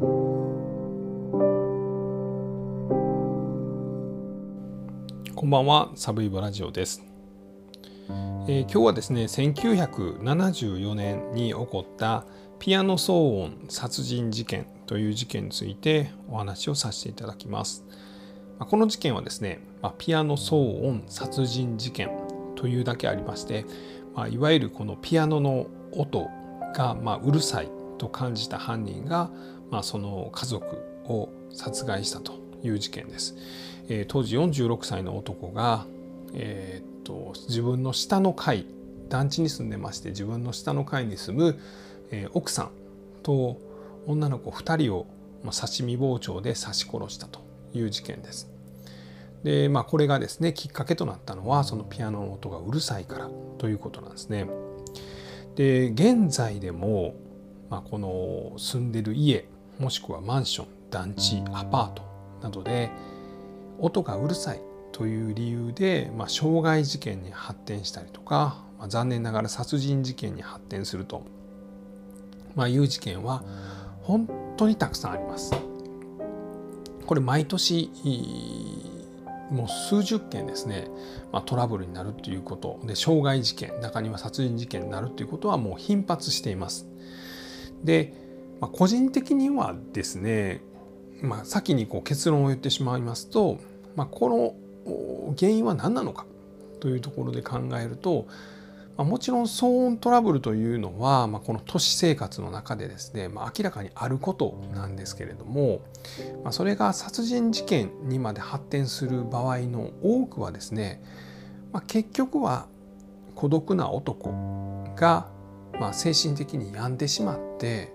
こんばんは、サブイボラジオです。今日はですね、1974年に起こったピアノ騒音殺人事件という事件についてお話をさせていただきます。この事件はですね、ピアノ騒音殺人事件というだけありまして、いわゆるこのピアノの音がうるさいと感じた犯人が、その家族を殺害したという事件です。当時46歳の男が、自分の下の階、団地に住んでまして、自分の下の階に住む、奥さんと女の子2人を刺身包丁で刺し殺したという事件です。で、これがですね、きっかけとなったのはそのピアノの音がうるさいからということなんですね。で、現在でも、この住んでる家もしくはマンション、団地、アパートなどで音がうるさいという理由で、傷害事件に発展したりとか、残念ながら殺人事件に発展すると、いう事件は本当にたくさんあります。これ毎年もう数十件ですね、トラブルになるということで、傷害事件、中には殺人事件になるということはもう頻発しています。で、個人的にはですね、先に結論を言ってしまいますと、この原因は何なのかというところで考えると、もちろん騒音トラブルというのは、この都市生活の中でですね、明らかにあることなんですけれども、それが殺人事件にまで発展する場合の多くはですね、結局は孤独な男が精神的に病んでしまって、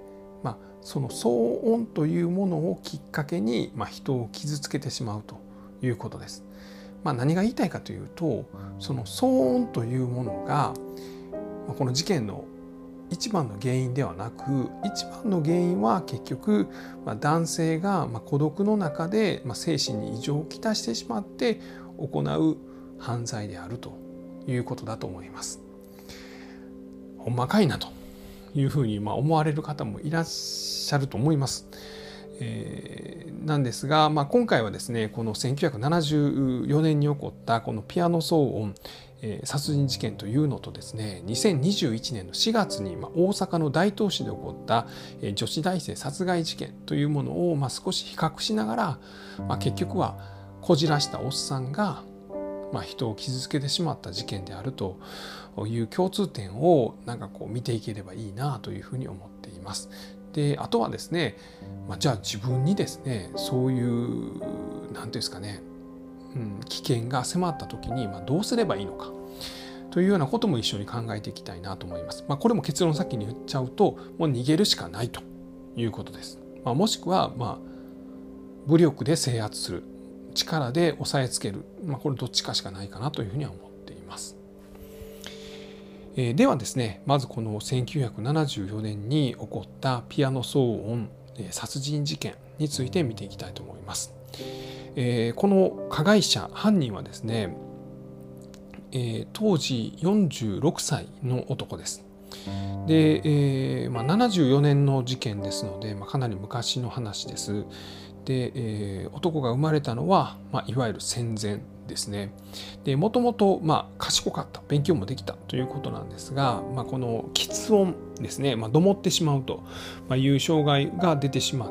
その騒音というものをきっかけに人を傷つけてしまうということです。何が言いたいかというと、その騒音というものがこの事件の一番の原因ではなく、一番の原因は結局男性が孤独の中で精神に異常をきたしてしまって行う犯罪であるということだと思います。ほんまかいなというふうに思われる方もいらっしゃると思います。なんですが、今回はですね、この1974年に起こったこのピアノ騒音、殺人事件というのとですね、2021年の4月に大阪の大東市で起こった、女子大生殺害事件というものを少し比較しながら、結局はこじらしたおっさんが人を傷つけてしまった事件であるという共通点を見ていければいいなというふうに思っています。で、あとはですね、じゃあ自分にですね、そういう何ていうんですかね、危険が迫った時にどうすればいいのかというようなことも一緒に考えていきたいなと思います。これも結論先に言っちゃうと、もう逃げるしかないということです。もしくは武力で制圧する、力で押さえつける、これどっちかしかないかなというふうには思っています。ではですね、まずこの1974年に起こったピアノ騒音殺人事件について見ていきたいと思います。この加害者、犯人はですね、当時46歳の男です。で、74年の事件ですので、かなり昔の話です。で、男が生まれたのは、いわゆる戦前ですね。で、もともと賢かった、勉強もできたということなんですが、この喫音ですね、どもってしまうという障害が出てしまって、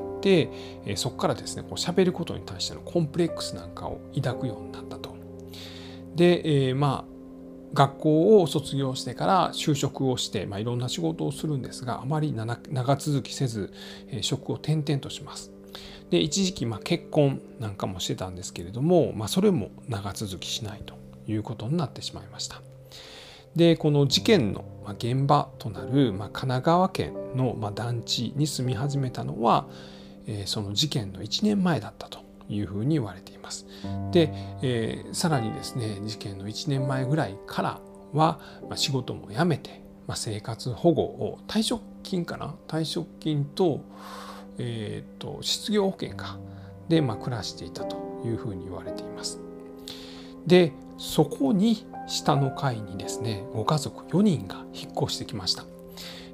そこからですね、喋ることに対してのコンプレックスなんかを抱くようになったと。で、学校を卒業してから就職をして、いろんな仕事をするんですが、あまり長続きせず、職を転々とします。で、一時期結婚なんかもしてたんですけれども、それも長続きしないということになってしまいました。で、この事件の現場となる神奈川県の団地に住み始めたのは、その事件の1年前だったというふうに言われています。で、さらにですね、事件の1年前ぐらいからは仕事も辞めて、生活保護を退職金と失業保険で暮らしていたというふうに言われています。で、そこに下の階にですね、ご家族4人が引っ越してきました。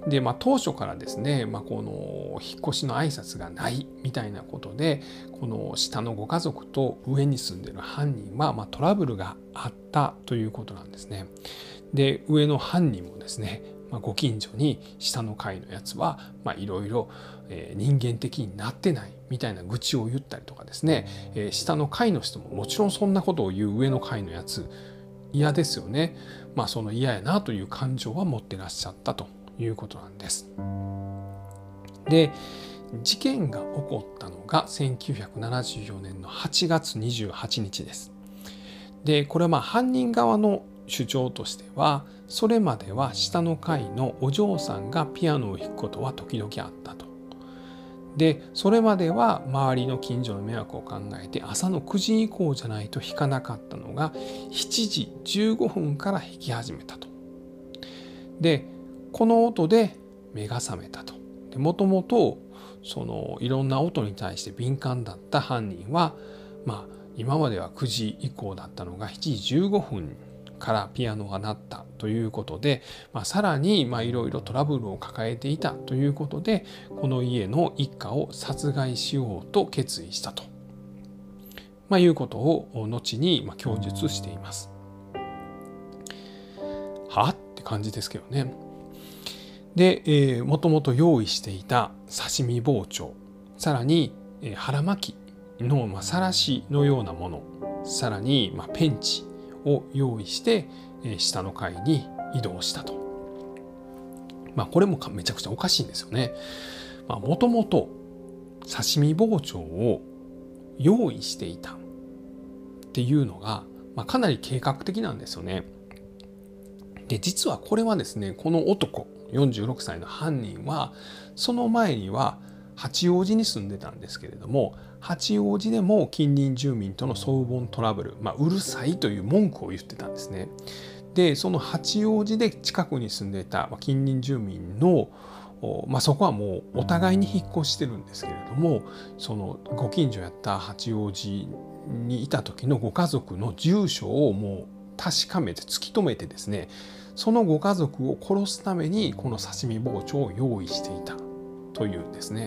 で、当初からですね、この引っ越しの挨拶がないみたいなことで、この下のご家族と上に住んでいる犯人は、トラブルがあったということなんですね。で、上の犯人もですね、ご近所に下の階のやつはいろいろ人間的になってないみたいな愚痴を言ったりとかですね、下の階の人ももちろんそんなことを言う上の階のやつ嫌ですよね。その嫌やなという感情は持ってらっしゃったということなんです。で、事件が起こったのが1974年の8月28日です。で、これは犯人側の主張としては、それまでは下の階のお嬢さんがピアノを弾くことは時々あったと。で、それまでは周りの近所の迷惑を考えて朝の9時以降じゃないと弾かなかったのが7時15分から弾き始めたと。で、この音で目が覚めたと。もともといろんな音に対して敏感だった犯人は、今までは9時以降だったのが7時15分からピアノが鳴ったということで、さらにいろいろトラブルを抱えていたということで、この家の一家を殺害しようと決意したと、いうことを後に供述しています。はって感じですけどね。で、もともと用意していた刺身包丁、さらに腹巻きのさらしのようなもの、さらにペンチを用意して下の階に移動したと。これもめちゃくちゃおかしいんですよね。もともと刺身包丁を用意していたっていうのが、かなり計画的なんですよね。で、実はこれはですね、この男46歳の犯人はその前には八王子に住んでたんですけれども、八王子でも近隣住民との騒音トラブル、うるさいという文句を言ってたんですね。で、その八王子で近くに住んでいた近隣住民の、そこはもうお互いに引っ越してるんですけれども、そのご近所やった八王子にいた時のご家族の住所をもう確かめて突き止めてですね、そのご家族を殺すためにこの刺身包丁を用意していたというんですね。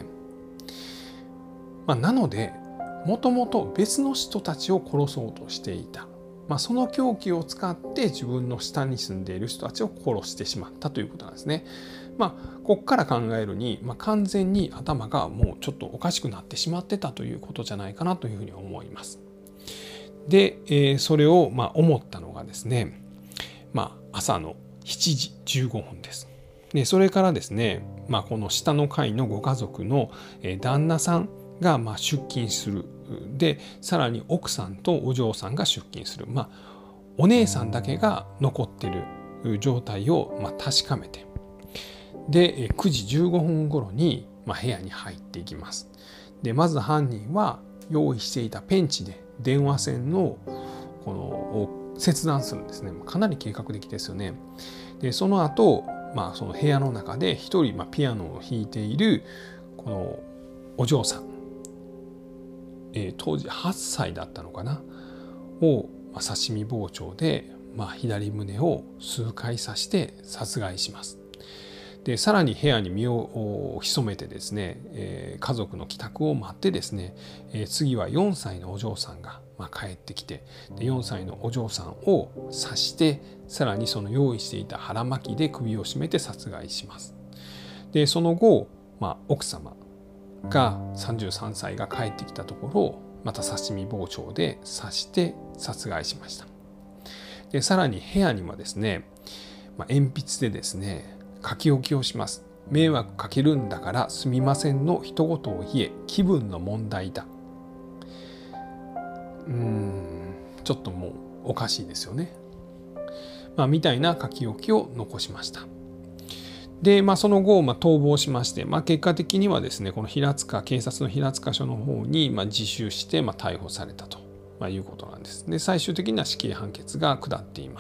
なので、もともと別の人たちを殺そうとしていた。その凶器を使って自分の下に住んでいる人たちを殺してしまったということなんですね。ここから考えるに、完全に頭がもうちょっとおかしくなってしまってたということじゃないかなというふうに思います。で、それを思ったのがですね、朝の7時15分です。で、それからですね、この下の階のご家族の旦那さんが出勤する。で、さらに奥さんとお嬢さんが出勤する。お姉さんだけが残っている状態を確かめて、で、9時15分頃に部屋に入っていきます。で、まず犯人は用意していたペンチで電話線のこの切断するんですね。かなり計画的ですよね。で、その後、その部屋の中で一人ピアノを弾いているこのお嬢さん、当時8歳だったのかなを刺身包丁で左胸を数回刺して殺害します。で、さらに部屋に身を潜めてですね、家族の帰宅を待ってですね、次は4歳のお嬢さんが帰ってきて、で4歳のお嬢さんを刺して、さらにその用意していた腹巻きで首を絞めて殺害します。で、その後、奥様が33歳が帰ってきたところをまた刺身包丁で刺して殺害しました。で、さらに部屋にはですね、鉛筆でですね、書き置きをします。迷惑かけるんだからすみませんの一言を言え、気分の問題だ。ちょっともうおかしいですよね。みたいな書き置きを残しました。で、その後、逃亡しまして、結果的にはですね、この警察の平塚署の方に自首して逮捕されたということなんです。で、最終的には死刑判決が下っています。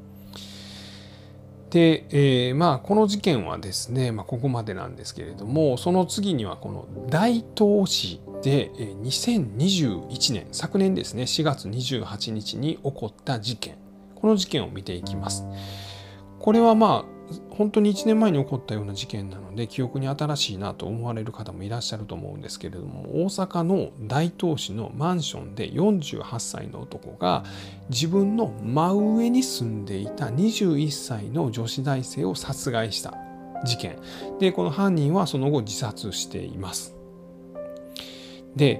で、この事件はですね、ここまでなんですけれども、その次にはこの大東市で2021年、昨年ですね、4月28日に起こった事件、この事件を見ていきます。これは本当に1年前に起こったような事件なので記憶に新しいなと思われる方もいらっしゃると思うんですけれども、大阪の大東市のマンションで48歳の男が自分の真上に住んでいた21歳の女子大生を殺害した事件で、この犯人はその後自殺しています。で、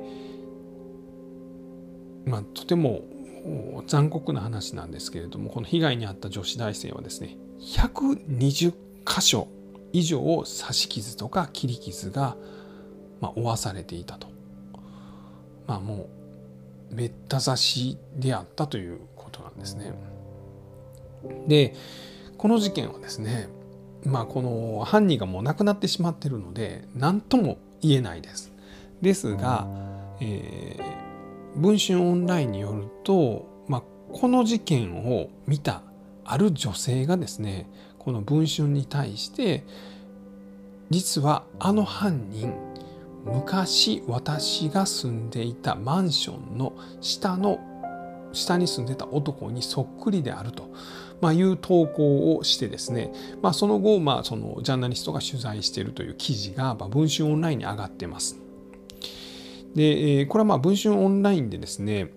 とても残酷な話なんですけれども、この被害に遭った女子大生はですね、120箇所以上刺し傷とか切り傷が負わされていたと。もうめった刺しであったということなんですね。で、この事件はですね、この犯人がもう亡くなってしまっているので何とも言えないです。ですが、文春オンラインによると、この事件を見たある女性がですね、この文春に対して実はあの犯人、昔私が住んでいたマンションの下に住んでた男にそっくりであるという投稿をしてですね、その後そのジャーナリストが取材しているという記事が文春オンラインに上がっています。で、これは文春オンラインでですね、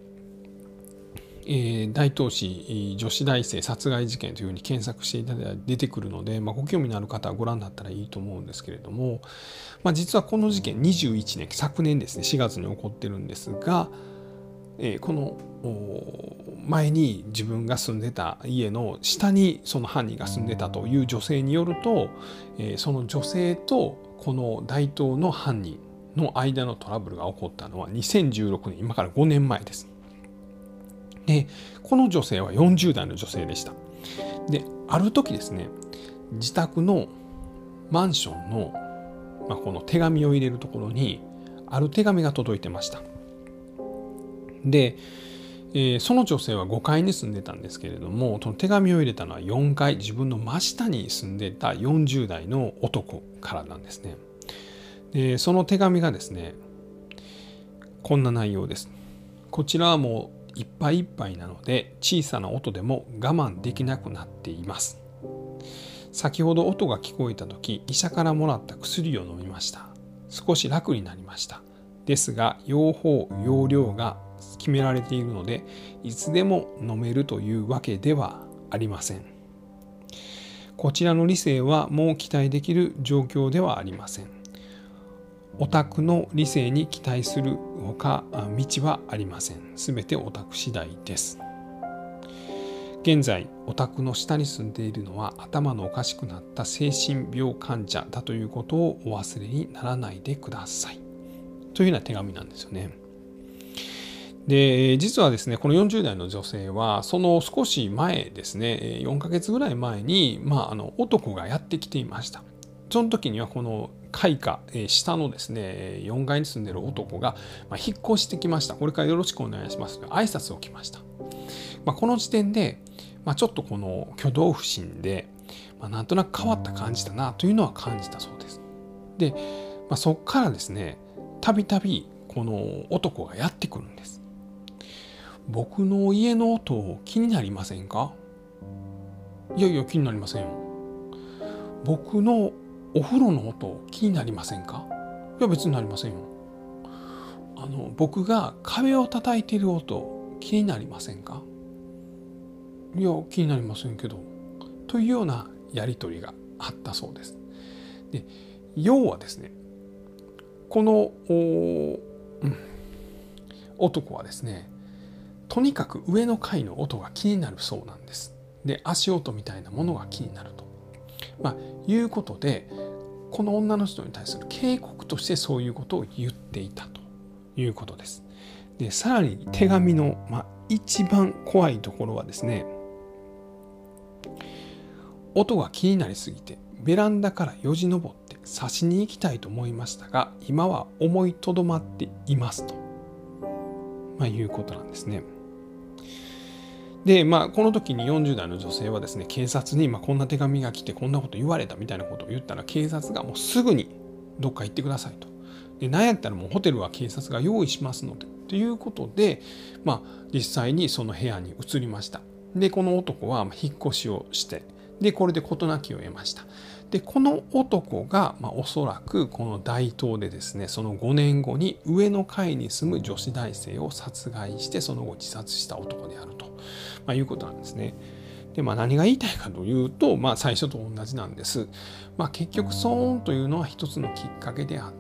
大東市女子大生殺害事件というふうに検索していただいて出てくるので、ご興味のある方はご覧になったらいいと思うんですけれども、実はこの事件21年、昨年ですね、4月に起こってるんですが、この前に自分が住んでた家の下にその犯人が住んでたという女性によると、その女性とこの大東の犯人の間のトラブルが起こったのは2016年、今から5年前です。で、この女性は40代の女性でした。で、ある時ですね、自宅のマンションの、この手紙を入れるところにある手紙が届いてました。で、その女性は5階に住んでたんですけれども、その手紙を入れたのは4階、自分の真下に住んでた40代の男からなんですね。で、その手紙がですね、こんな内容です。こちらはもういっぱいいっぱいなので小さな音でも我慢できなくなっています。先ほど音が聞こえた時、医者からもらった薬を飲みました。少し楽になりました。ですが用法用量が決められているのでいつでも飲めるというわけではありません。こちらの理性はもう期待できる状況ではありません。オタクの理性に期待するほか道はありません。すべてオタク次第です。現在オタクの下に住んでいるのは頭のおかしくなった精神病患者だということをお忘れにならないでください。というような手紙なんですよね。で、実はですね、この40代の女性はその少し前ですね、4ヶ月ぐらい前に、男がやってきていました。その時にはこの階下、下のですね、4階に住んでいる男が引っ越してきました。これからよろしくお願いしますと挨拶を来ました。この時点で、ちょっとこの挙動不審で、なんとなく変わった感じだなというのは感じたそうです。で、そこからですね、たびたびこの男がやってくるんです。僕の家の音気になりませんか？いやいや気になりませんよ。僕のお風呂の音気になりませんか？いや別になりませんよ。僕が壁を叩いている音気になりませんか？いや気になりませんけど、というようなやり取りがあったそうです。で、要はですね、この男はですね、とにかく上の階の音が気になるそうなんです。で、足音みたいなものが気になると、いうことで、この女の人に対する警告としてそういうことを言っていたということです。で、さらに手紙の、一番怖いところはですね、音が気になりすぎてベランダからよじ登って刺しに行きたいと思いましたが、今は思いとどまっていますと、いうことなんですね。で、この時に40代の女性はですね、警察にこんな手紙が来てこんなこと言われたみたいなことを言ったら、警察がもうすぐにどっか行ってくださいと。で、なんやったらもうホテルは警察が用意しますのでということで、実際にその部屋に移りました。で、この男は引っ越しをして、 でこれで事なきを得ました。でこの男が、おそらくこの大東でですね、その5年後に上の階に住む女子大生を殺害してその後自殺した男であると、いうことなんですね。で何が言いたいかというと、最初と同じなんです。結局騒音というのは一つのきっかけであって、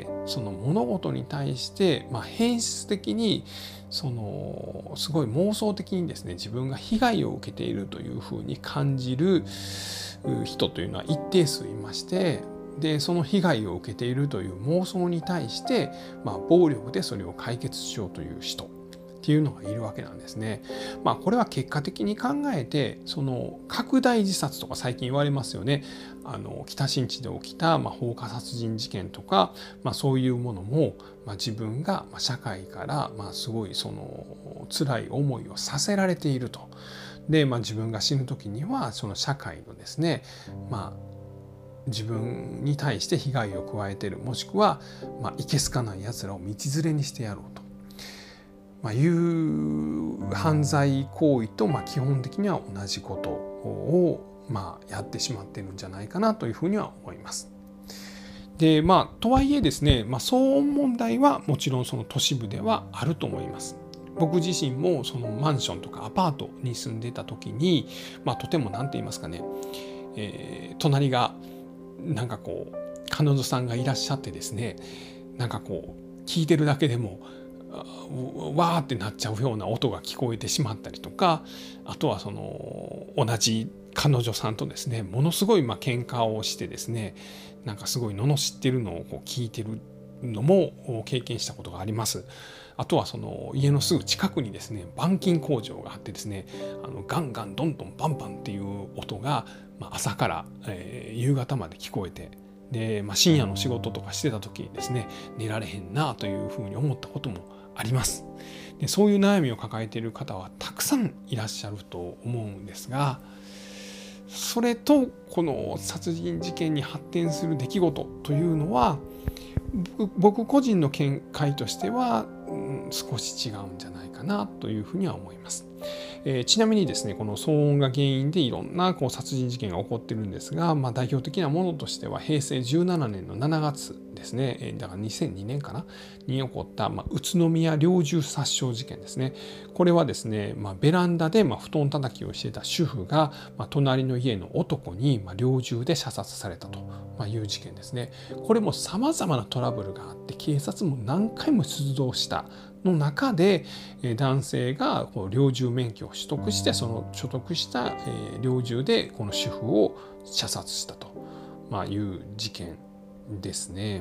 その物事に対して、変質的にすごい妄想的にですね、自分が被害を受けているというふうに感じる人というのは一定数いまして、でその被害を受けているという妄想に対して、暴力でそれを解決しようという人っていうのがいるわけなんですね。これは結果的に考えて、その拡大自殺とか最近言われますよね。北新地で起きた放火殺人事件とか、そういうものも、自分が社会からすごいその辛い思いをさせられていると。で、自分が死ぬ時にはその社会のですね、自分に対して被害を加えている、もしくは、いけすかないやつらを道連れにしてやろうと、いう犯罪行為と、基本的には同じことを、やってしまっているんじゃないかなというふうには思います。でとはいえですね、騒音問題はもちろんその都市部ではあると思います。僕自身もそのマンションとかアパートに住んでいた時に、とても何て言いますかね、隣がなんかこう彼女さんがいらっしゃってですね、なんかこう聞いてるだけでもわーってなっちゃうような音が聞こえてしまったりとか、あとはその同じ彼女さんとですね、ものすごい喧嘩をしてですね、なんかすごい罵ってるのをこう聞いてるのも経験したことがあります。あとはその家のすぐ近くにですね、板金工場があってですね、ガンガンドンドンバンバンっていう音が朝から、夕方まで聞こえて、で、深夜の仕事とかしてた時にですね、寝られへんなというふうに思ったこともあります。でそういう悩みを抱えている方はたくさんいらっしゃると思うんですが、それとこの殺人事件に発展する出来事というのは、僕個人の見解としては、少し違うんじゃないかなというふうには思います。ちなみにですね、この騒音が原因でいろんな殺人事件が起こってるんですが、代表的なものとしては平成17年の7月ですね、だから2002年かなに起こった宇都宮猟銃殺傷事件ですね。これはですね、ベランダで布団叩きをしていた主婦が隣の家の男に猟銃で射殺されたという事件ですね。これも様々なトラブルがあって警察も何回も出動したの中で、男性が猟銃免許を取得して、その所得した猟銃でこの主婦を射殺したという事件ですね。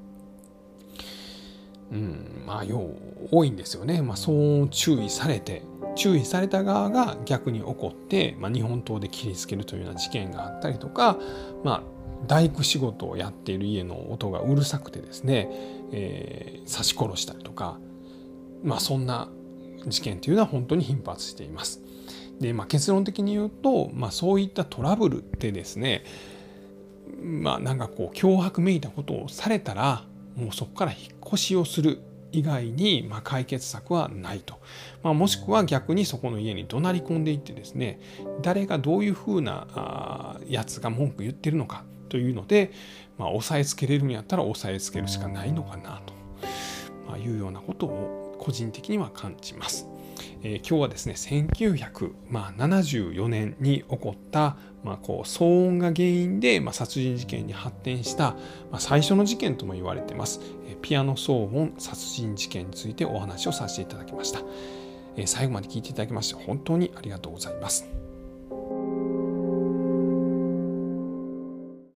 多いんですよね。そう注意された側が逆に怒って、日本刀で切りつけるというような事件があったりとか、大工仕事をやっている家の音がうるさくてですね、刺し殺したりとか、そんな事件というのは本当に頻発しています。で、結論的に言うと、そういったトラブルってですね、なんかこう脅迫めいたことをされたら、もうそこから引っ越しをする以外に解決策はないと。もしくは逆にそこの家に怒鳴り込んでいってですね、誰がどういうふうなやつが文句言ってるのかというので、押さえつけれるんやったら押さえつけるしかないのかなというようなことを個人的には感じます。今日はですね、1974年に起こった騒音が原因で殺人事件に発展した最初の事件とも言われていますピアノ騒音殺人事件についてお話をさせていただきました。最後まで聞いていただきまして本当にありがとうございます。